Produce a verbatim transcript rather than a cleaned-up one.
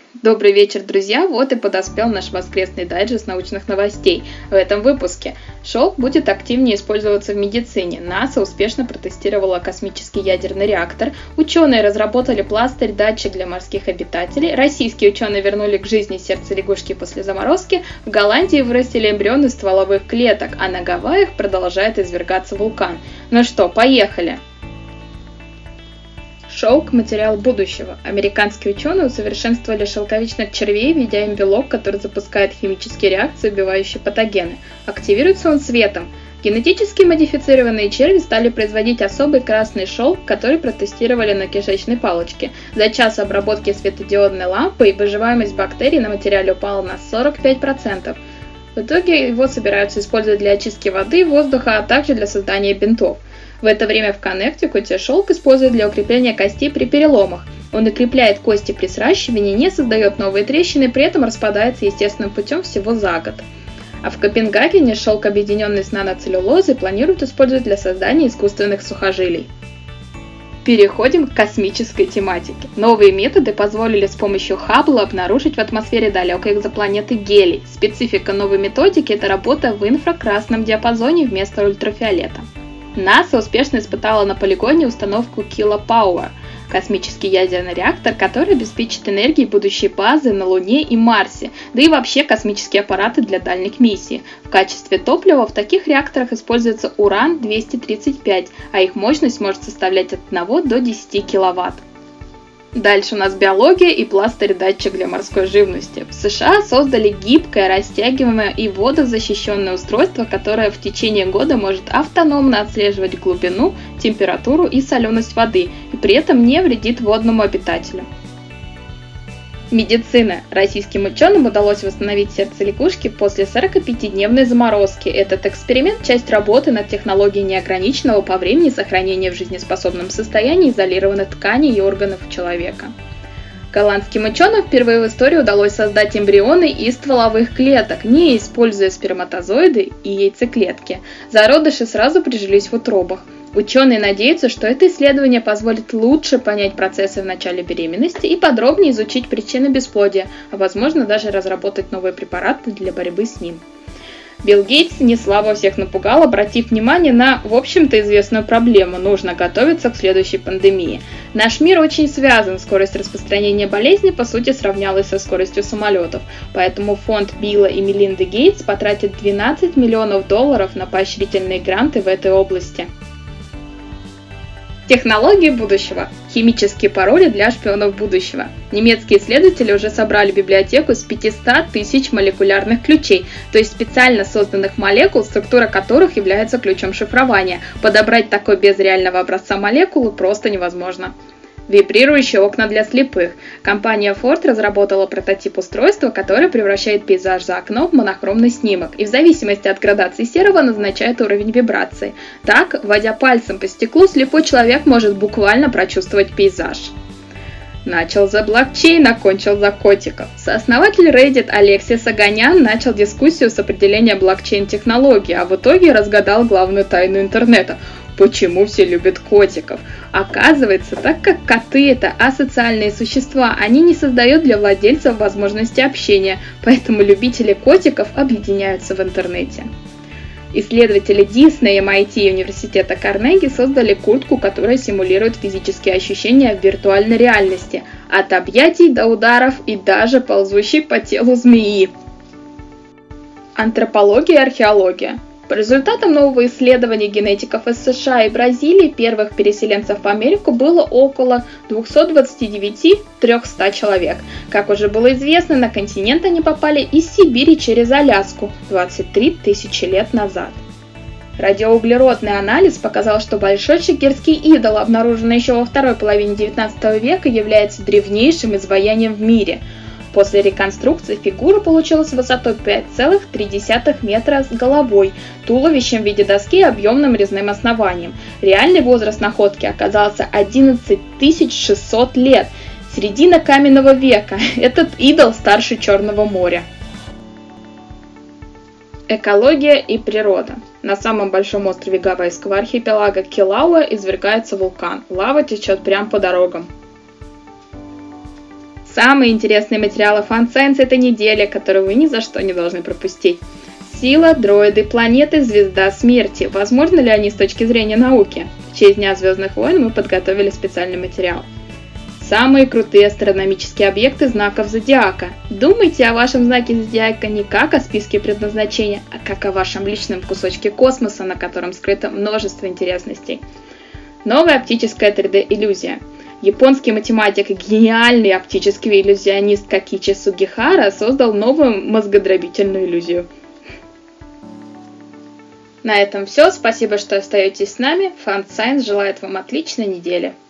Добрый вечер, друзья! Вот и подоспел наш воскресный дайджест научных новостей. В этом выпуске шелк будет активнее использоваться в медицине. НАСА успешно протестировала космический ядерный реактор. Ученые разработали пластырь-датчик для морских обитателей. Российские ученые вернули к жизни сердце лягушки после заморозки. В Голландии вырастили эмбрионы стволовых клеток, а на Гавайях продолжает извергаться вулкан. Ну что, поехали! Шелк – материал будущего. Американские ученые усовершенствовали шелковичных червей, введя им белок, который запускает химические реакции, убивающие патогены. Активируется он светом. Генетически модифицированные черви стали производить особый красный шелк, который протестировали на кишечной палочке. За час обработки светодиодной лампой выживаемость бактерий на материале упала на сорок пять процентов. В итоге его собираются использовать для очистки воды и воздуха, а также для создания бинтов. В это время в Коннектикуте шелк используют для укрепления костей при переломах. Он укрепляет кости при сращивании, не создает новые трещины, при этом распадается естественным путем всего за год. А в Копенгагене шелк, объединенный с наноцеллюлозой, планируют использовать для создания искусственных сухожилий. Переходим к космической тематике. Новые методы позволили с помощью Хаббла обнаружить в атмосфере далекой экзопланеты гелий. Специфика новой методики – это работа в инфракрасном диапазоне вместо ультрафиолета. НАСА успешно испытала на полигоне установку Kilopower – космический ядерный реактор, который обеспечит энергией будущей базы на Луне и Марсе, да и вообще космические аппараты для дальних миссий. В качестве топлива в таких реакторах используется уран двести тридцать пять, а их мощность может составлять от одного до десяти киловатт. Дальше у нас биология и пластырь-датчик для морской живности. В США создали гибкое, растягиваемое и водозащищенное устройство, которое в течение года может автономно отслеживать глубину, температуру и соленость воды, и при этом не вредит водному обитателю. Медицина. Российским ученым удалось восстановить сердце лягушки после сорокапятидневной заморозки. Этот эксперимент – часть работы над технологией неограниченного по времени сохранения в жизнеспособном состоянии изолированных тканей и органов человека. Голландским ученым впервые в истории удалось создать эмбрионы из стволовых клеток, не используя сперматозоиды и яйцеклетки. Зародыши сразу прижились в утробах. Ученые надеются, что это исследование позволит лучше понять процессы в начале беременности и подробнее изучить причины бесплодия, а возможно даже разработать новые препараты для борьбы с ним. Билл Гейтс не слабо всех напугал, обратив внимание на, в общем-то, известную проблему – нужно готовиться к следующей пандемии. Наш мир очень связан, скорость распространения болезни по сути сравнялась со скоростью самолетов, поэтому фонд Билла и Мелинды Гейтс потратит двенадцать миллионов долларов на поощрительные гранты в этой области. Технологии будущего. Химические пароли для шпионов будущего. Немецкие исследователи уже собрали библиотеку из пятисот тысяч молекулярных ключей, то есть специально созданных молекул, структура которых является ключом шифрования. Подобрать такой без реального образца молекулы просто невозможно. Вибрирующие окна для слепых. Компания Ford разработала прототип устройства, которое превращает пейзаж за окном в монохромный снимок и в зависимости от градации серого назначает уровень вибрации. Так, водя пальцем по стеклу, слепой человек может буквально прочувствовать пейзаж. Начал за блокчейн, окончил за котиков. Сооснователь Reddit Алексей Саганян начал дискуссию с определения блокчейн-технологии, а в итоге разгадал главную тайну интернета – почему все любят котиков. Оказывается, так как коты – это асоциальные существа, они не создают для владельцев возможности общения, поэтому любители котиков объединяются в интернете. Исследователи Disney, эм ай ти и университета Карнеги создали куртку, которая симулирует физические ощущения в виртуальной реальности, от объятий до ударов и даже ползущей по телу змеи. Антропология и археология. По результатам нового исследования генетиков из США и Бразилии первых переселенцев в Америку было около двухсот двадцати девяти тысяч трёхсот человек. Как уже было известно, на континент они попали из Сибири через Аляску двадцать три тысячи лет назад. Радиоуглеродный анализ показал, что большой чагирский идол, обнаруженный еще во второй половине девятнадцатого века, является древнейшим изваянием в мире. После реконструкции фигура получилась высотой пять целых три десятых метра с головой, туловищем в виде доски и объемным резным основанием. Реальный возраст находки оказался одиннадцать тысяч шестьсот лет, середина каменного века. Этот идол старше Черного моря. Экология и природа. На самом большом острове Гавайского архипелага Килауа извергается вулкан. Лава течет прямо по дорогам. Самые интересные материалы Fun Science этой недели, которые вы ни за что не должны пропустить. Сила, дроиды, планеты, звезда смерти. Возможно ли они с точки зрения науки? В честь Дня Звездных войн мы подготовили специальный материал. Самые крутые астрономические объекты знаков зодиака. Думайте о вашем знаке зодиака не как о списке предназначения, а как о вашем личном кусочке космоса, на котором скрыто множество интересностей. Новая оптическая три дэ-иллюзия. Японский математик и гениальный оптический иллюзионист Какичи Сугихара создал новую мозгодробительную иллюзию. На этом все. Спасибо, что остаетесь с нами. Fun Science желает вам отличной недели.